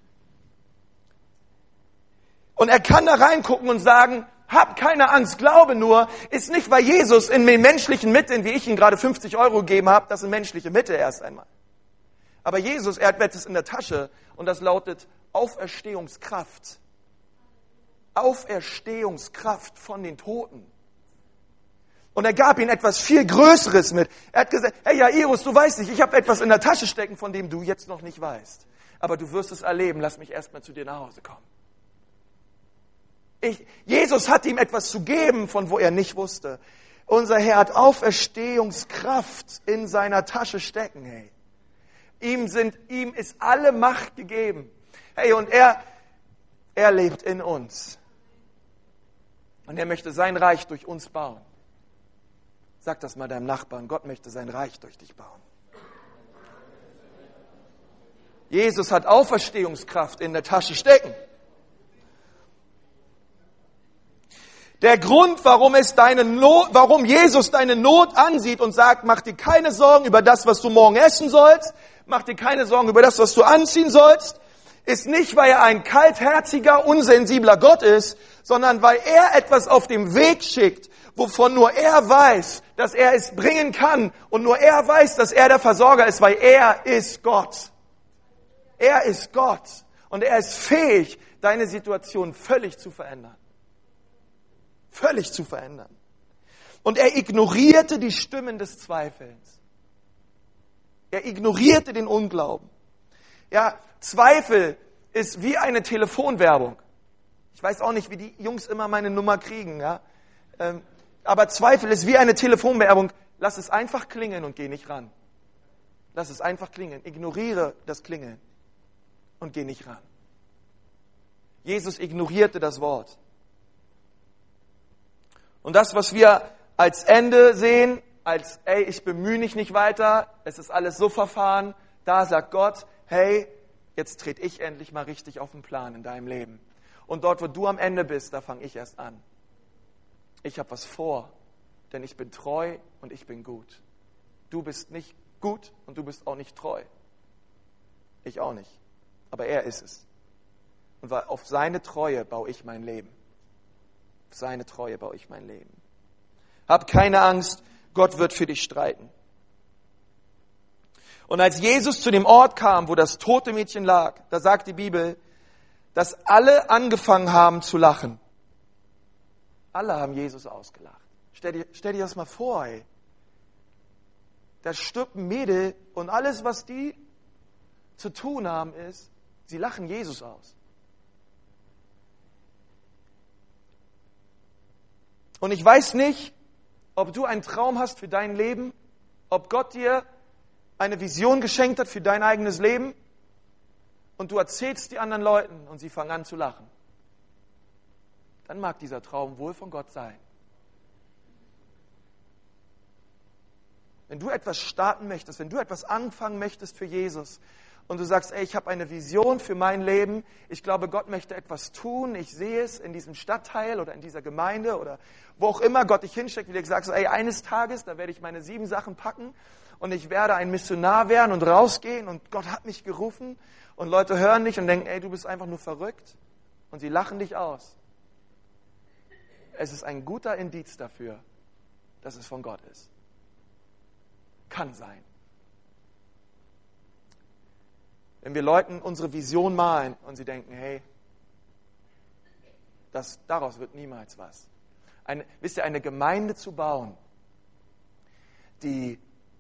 Und er kann da reingucken und sagen, hab keine Angst, glaube nur, ist nicht, weil Jesus in den menschlichen Mitteln, wie ich ihm gerade fünfzig Euro gegeben habe, das sind menschliche Mittel erst einmal. Aber Jesus, er hat etwas in der Tasche und das lautet Auferstehungskraft. Auferstehungskraft von den Toten. Und er gab ihnen etwas viel Größeres mit. Er hat gesagt, hey Jairus, du weißt nicht, ich habe etwas in der Tasche stecken, von dem du jetzt noch nicht weißt. Aber du wirst es erleben, lass mich erstmal zu dir nach Hause kommen. Ich, Jesus hat ihm etwas zu geben, von wo er nicht wusste. Unser Herr hat Auferstehungskraft in seiner Tasche stecken. Hey. Ihm, sind, ihm ist alle Macht gegeben. Hey, und er, er lebt in uns. Und er möchte sein Reich durch uns bauen. Sag das mal deinem Nachbarn, Gott möchte sein Reich durch dich bauen. Jesus hat Auferstehungskraft in der Tasche stecken. Der Grund, warum, es deine Not, warum Jesus deine Not ansieht und sagt, mach dir keine Sorgen über das, was du morgen essen sollst, mach dir keine Sorgen über das, was du anziehen sollst, ist nicht, weil er ein kaltherziger, unsensibler Gott ist, sondern weil er etwas auf dem Weg schickt, wovon nur er weiß, dass er es bringen kann und nur er weiß, dass er der Versorger ist, weil er ist Gott. Er ist Gott und er ist fähig, deine Situation völlig zu verändern. Völlig zu verändern. Und er ignorierte die Stimmen des Zweifels. Er ignorierte den Unglauben. Ja, Zweifel ist wie eine Telefonwerbung. Ich weiß auch nicht, wie die Jungs immer meine Nummer kriegen, ja. Ähm, aber Zweifel ist wie eine Telefonwerbung. Lass es einfach klingeln und geh nicht ran. Lass es einfach klingeln. Ignoriere das Klingeln und geh nicht ran. Jesus ignorierte das Wort. Und das, was wir als Ende sehen, als, ey, ich bemühe mich nicht weiter, es ist alles so verfahren, da sagt Gott, hey, jetzt trete ich endlich mal richtig auf den Plan in deinem Leben. Und dort, wo du am Ende bist, da fange ich erst an. Ich habe was vor, denn ich bin treu und ich bin gut. Du bist nicht gut und du bist auch nicht treu. Ich auch nicht. Aber er ist es. Und auf seine Treue baue ich mein Leben. Auf seine Treue baue ich mein Leben. Hab keine Angst, Gott wird für dich streiten. Und als Jesus zu dem Ort kam, wo das tote Mädchen lag, da sagt die Bibel, dass alle angefangen haben zu lachen. Alle haben Jesus ausgelacht. Stell dir, stell dir das mal vor, ey. Da stirbt ein Mädel und alles, was die zu tun haben, ist, sie lachen Jesus aus. Und ich weiß nicht, ob du einen Traum hast für dein Leben, ob Gott dir eine Vision geschenkt hat für dein eigenes Leben und du erzählst die anderen Leuten und sie fangen an zu lachen. Dann mag dieser Traum wohl von Gott sein. Wenn du etwas starten möchtest, wenn du etwas anfangen möchtest für Jesus und du sagst, ey, ich habe eine Vision für mein Leben, ich glaube, Gott möchte etwas tun, ich sehe es in diesem Stadtteil oder in dieser Gemeinde oder wo auch immer Gott dich hinsteckt, wie du sagst, ey, eines Tages, da werde ich meine sieben Sachen packen und ich werde ein Missionar werden und rausgehen und Gott hat mich gerufen und Leute hören dich und denken, ey, du bist einfach nur verrückt und sie lachen dich aus. Es ist ein guter Indiz dafür, dass es von Gott ist. Kann sein. Wenn wir Leuten unsere Vision malen und sie denken, hey, das, daraus wird niemals was. Eine, wisst ihr, eine Gemeinde zu bauen, die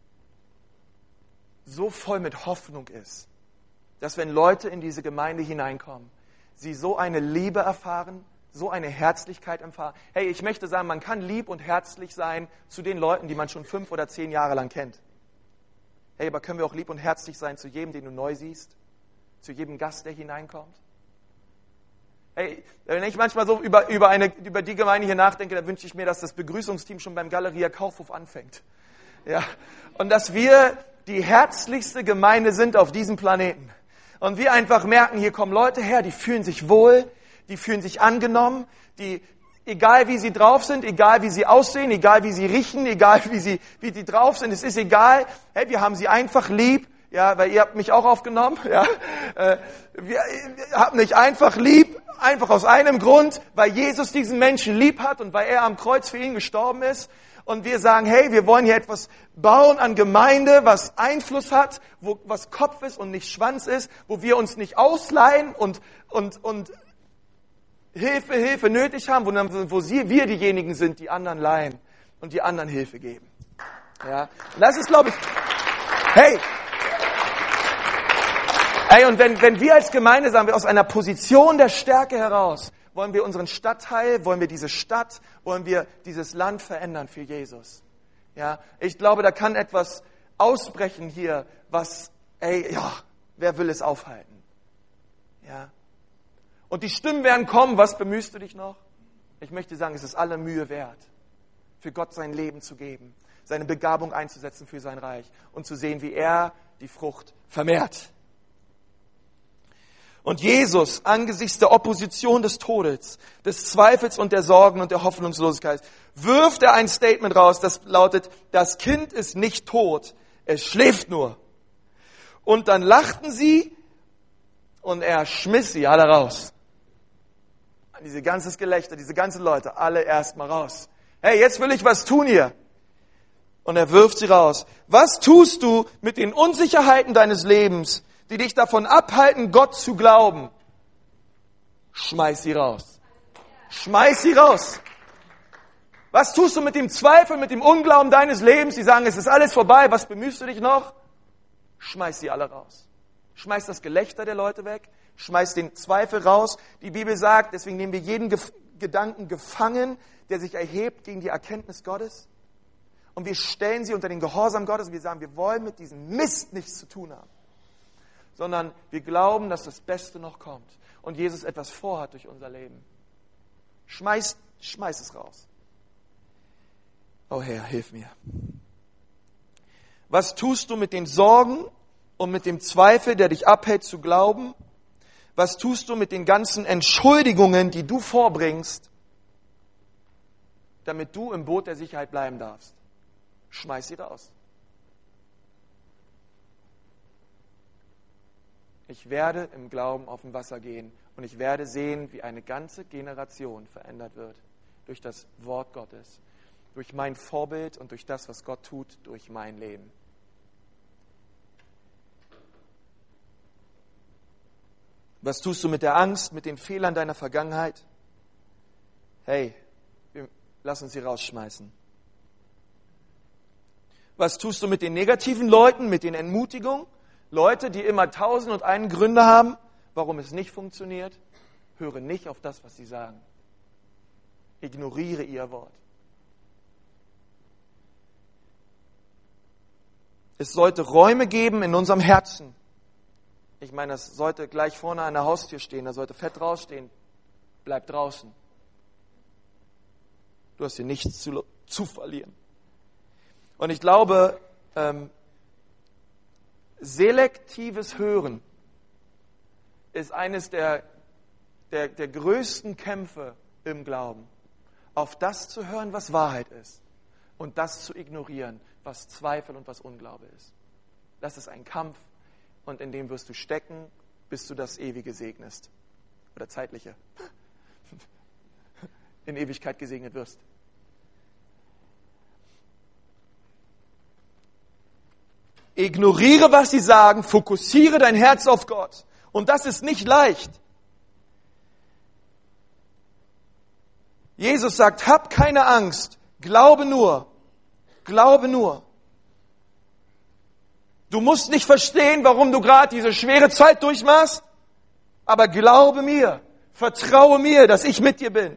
so voll mit Hoffnung ist, dass wenn Leute in diese Gemeinde hineinkommen, sie so eine Liebe erfahren, so eine Herzlichkeit erfahren. Hey, ich möchte sagen, man kann lieb und herzlich sein zu den Leuten, die man schon fünf oder zehn Jahre lang kennt. Hey, aber können wir auch lieb und herzlich sein zu jedem, den du neu siehst? Zu jedem Gast, der hineinkommt? Hey, wenn ich manchmal so über, über, eine, über die Gemeinde hier nachdenke, dann wünsche ich mir, dass das Begrüßungsteam schon beim Galeria Kaufhof anfängt. Ja, und dass wir die herzlichste Gemeinde sind auf diesem Planeten. Und wir einfach merken, hier kommen Leute her, die fühlen sich wohl, die die fühlen sich angenommen, die, egal wie sie drauf sind, egal wie sie aussehen, egal wie sie riechen, egal wie sie, wie die drauf sind, es ist egal. Hey, wir haben sie einfach lieb, ja, weil ihr habt mich auch aufgenommen, ja. Äh, wir, wir haben nicht einfach lieb, einfach aus einem Grund, weil Jesus diesen Menschen lieb hat und weil er am Kreuz für ihn gestorben ist. Und wir sagen, hey, wir wollen hier etwas bauen an Gemeinde, was Einfluss hat, wo, was Kopf ist und nicht Schwanz ist, wo wir uns nicht ausleihen und, und, und Hilfe, Hilfe nötig haben, wo, wo sie, wir diejenigen sind, die anderen leihen und die anderen Hilfe geben. Ja, und das ist, glaube ich, hey, hey, und wenn, wenn wir als Gemeinde sagen, wir aus einer Position der Stärke heraus, wollen wir unseren Stadtteil, wollen wir diese Stadt, wollen wir dieses Land verändern für Jesus. Ja, ich glaube, da kann etwas ausbrechen hier, was, ey, ja, wer will es aufhalten? Ja. Und die Stimmen werden kommen, was bemühst du dich noch? Ich möchte sagen, es ist alle Mühe wert, für Gott sein Leben zu geben, seine Begabung einzusetzen für sein Reich und zu sehen, wie er die Frucht vermehrt. Und Jesus, angesichts der Opposition des Todes, des Zweifels und der Sorgen und der Hoffnungslosigkeit, wirft er ein Statement raus, das lautet, das Kind ist nicht tot, es schläft nur. Und dann lachten sie und er schmiss sie alle raus. Diese ganze Gelächter, diese ganzen Leute, alle erstmal raus. Hey, jetzt will ich was tun hier. Und er wirft sie raus. Was tust du mit den Unsicherheiten deines Lebens, die dich davon abhalten, Gott zu glauben? Schmeiß sie raus. Schmeiß sie raus. Was tust du mit dem Zweifel, mit dem Unglauben deines Lebens, die sagen, es ist alles vorbei, was bemühst du dich noch? Schmeiß sie alle raus. Schmeiß das Gelächter der Leute weg. Schmeiß den Zweifel raus. Die Bibel sagt, deswegen nehmen wir jeden Ge- Gedanken gefangen, der sich erhebt gegen die Erkenntnis Gottes. Und wir stellen sie unter den Gehorsam Gottes. Wir sagen, wir wollen mit diesem Mist nichts zu tun haben. Sondern wir glauben, dass das Beste noch kommt und Jesus etwas vorhat durch unser Leben. Schmeiß, schmeiß es raus. Oh Herr, hilf mir. Was tust du mit den Sorgen und mit dem Zweifel, der dich abhält zu glauben? Was tust du mit den ganzen Entschuldigungen, die du vorbringst, damit du im Boot der Sicherheit bleiben darfst? Schmeiß sie raus. Ich werde im Glauben auf dem Wasser gehen und ich werde sehen, wie eine ganze Generation verändert wird durch das Wort Gottes, durch mein Vorbild und durch das, was Gott tut, durch mein Leben. Was tust du mit der Angst, mit den Fehlern deiner Vergangenheit? Hey, lass uns sie rausschmeißen. Was tust du mit den negativen Leuten, mit den Entmutigungen? Leute, die immer tausend und einen Gründe haben, warum es nicht funktioniert, höre nicht auf das, was sie sagen. Ignoriere ihr Wort. Es sollte Räume geben in unserem Herzen. Ich meine, das sollte gleich vorne an der Haustür stehen, da sollte fett draufstehen. Bleib draußen. Du hast hier nichts zu, zu verlieren. Und ich glaube, ähm, selektives Hören ist eines der, der, der größten Kämpfe im Glauben. Auf das zu hören, was Wahrheit ist. Und das zu ignorieren, was Zweifel und was Unglaube ist. Das ist ein Kampf und in dem wirst du stecken, bis du das Ewige segnest. Oder Zeitliche. In Ewigkeit gesegnet wirst. Ignoriere, was sie sagen, fokussiere dein Herz auf Gott. Und das ist nicht leicht. Jesus sagt, hab keine Angst, glaube nur, glaube nur. Du musst nicht verstehen, warum du gerade diese schwere Zeit durchmachst, aber glaube mir, vertraue mir, dass ich mit dir bin.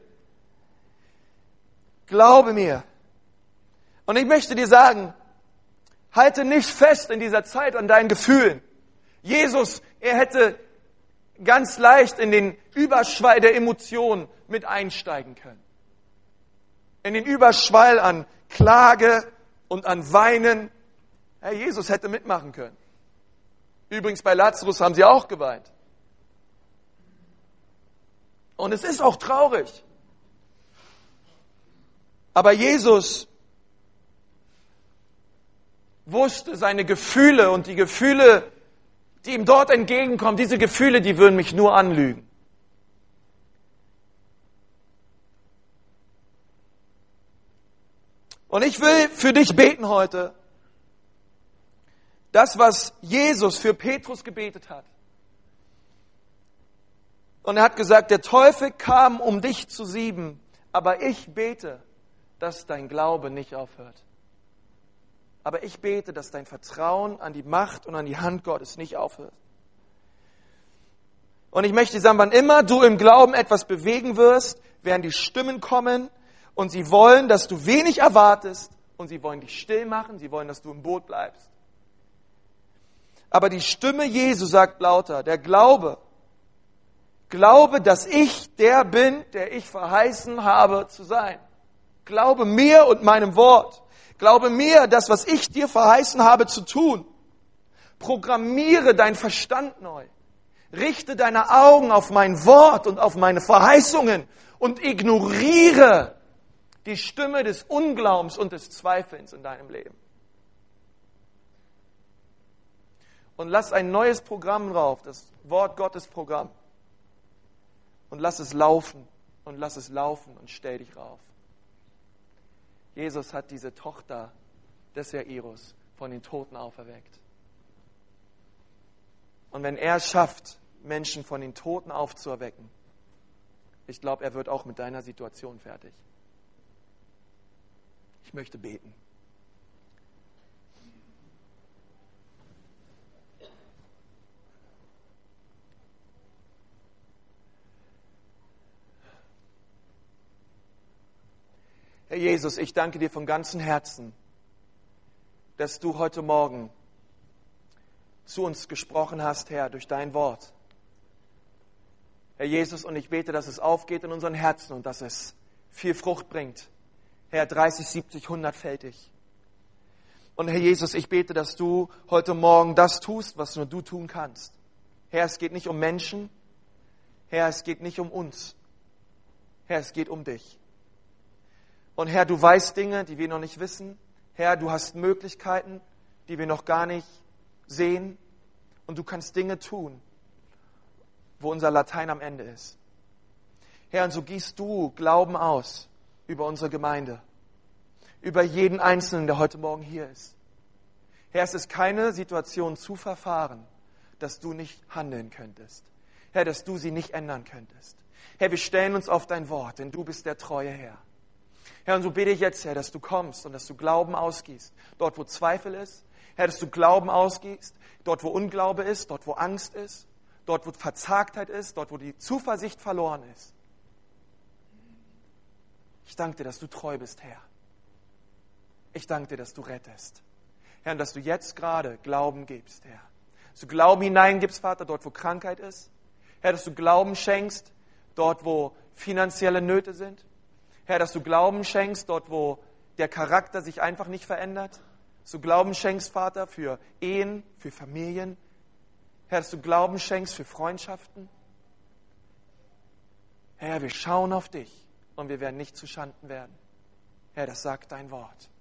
Glaube mir. Und ich möchte dir sagen, halte nicht fest in dieser Zeit an deinen Gefühlen. Jesus, er hätte ganz leicht in den Überschwall der Emotionen mit einsteigen können. In den Überschwall an Klage und an Weinen. Herr Jesus hätte mitmachen können. Übrigens bei Lazarus haben sie auch geweint. Und es ist auch traurig. Aber Jesus wusste seine Gefühle und die Gefühle, die ihm dort entgegenkommen, diese Gefühle, die würden mich nur anlügen. Und ich will für dich beten heute, das, was Jesus für Petrus gebetet hat. Und er hat gesagt, der Teufel kam, um dich zu sieben, aber ich bete, dass dein Glaube nicht aufhört. Aber ich bete, dass dein Vertrauen an die Macht und an die Hand Gottes nicht aufhört. Und ich möchte sagen, wann immer du im Glauben etwas bewegen wirst, werden die Stimmen kommen und sie wollen, dass du wenig erwartest und sie wollen dich still machen, sie wollen, dass du im Boot bleibst. Aber die Stimme Jesu sagt lauter, der Glaube, glaube, dass ich der bin, der ich verheißen habe zu sein. Glaube mir und meinem Wort. Glaube mir, das, was ich dir verheißen habe zu tun. Programmiere dein Verstand neu. Richte deine Augen auf mein Wort und auf meine Verheißungen und ignoriere die Stimme des Unglaubens und des Zweifelns in deinem Leben. Und lass ein neues Programm drauf, das Wort Gottes Programm. Und lass es laufen und lass es laufen und stell dich rauf. Jesus hat diese Tochter des Jairus von den Toten auferweckt. Und wenn er es schafft, Menschen von den Toten aufzuerwecken, ich glaube, er wird auch mit deiner Situation fertig. Ich möchte beten. Herr Jesus, ich danke dir von ganzem Herzen, dass du heute Morgen zu uns gesprochen hast, Herr, durch dein Wort. Herr Jesus, und ich bete, dass es aufgeht in unseren Herzen und dass es viel Frucht bringt. Herr, dreißig, siebzig, hundertfältig. Und Herr Jesus, ich bete, dass du heute Morgen das tust, was nur du tun kannst. Herr, es geht nicht um Menschen. Herr, es geht nicht um uns. Herr, es geht um dich. Und Herr, du weißt Dinge, die wir noch nicht wissen. Herr, du hast Möglichkeiten, die wir noch gar nicht sehen. Und du kannst Dinge tun, wo unser Latein am Ende ist. Herr, und so gießt du Glauben aus über unsere Gemeinde, über jeden Einzelnen, der heute Morgen hier ist. Herr, es ist keine Situation zu verfahren, dass du nicht handeln könntest. Herr, dass du sie nicht ändern könntest. Herr, wir stellen uns auf dein Wort, denn du bist der treue Herr. Herr, und so bete ich jetzt, Herr, dass du kommst und dass du Glauben ausgießt. Dort, wo Zweifel ist. Herr, dass du Glauben ausgießt. Dort, wo Unglaube ist. Dort, wo Angst ist. Dort, wo Verzagtheit ist. Dort, wo die Zuversicht verloren ist. Ich danke dir, dass du treu bist, Herr. Ich danke dir, dass du rettest. Herr, und dass du jetzt gerade Glauben gibst, Herr. Dass du Glauben hineingibst, Vater, dort, wo Krankheit ist. Herr, dass du Glauben schenkst, dort, wo finanzielle Nöte sind. Herr, dass du Glauben schenkst, dort wo der Charakter sich einfach nicht verändert. Dass du Glauben schenkst, Vater, für Ehen, für Familien. Herr, dass du Glauben schenkst für Freundschaften. Herr, wir schauen auf dich und wir werden nicht zu Schanden werden. Herr, das sagt dein Wort.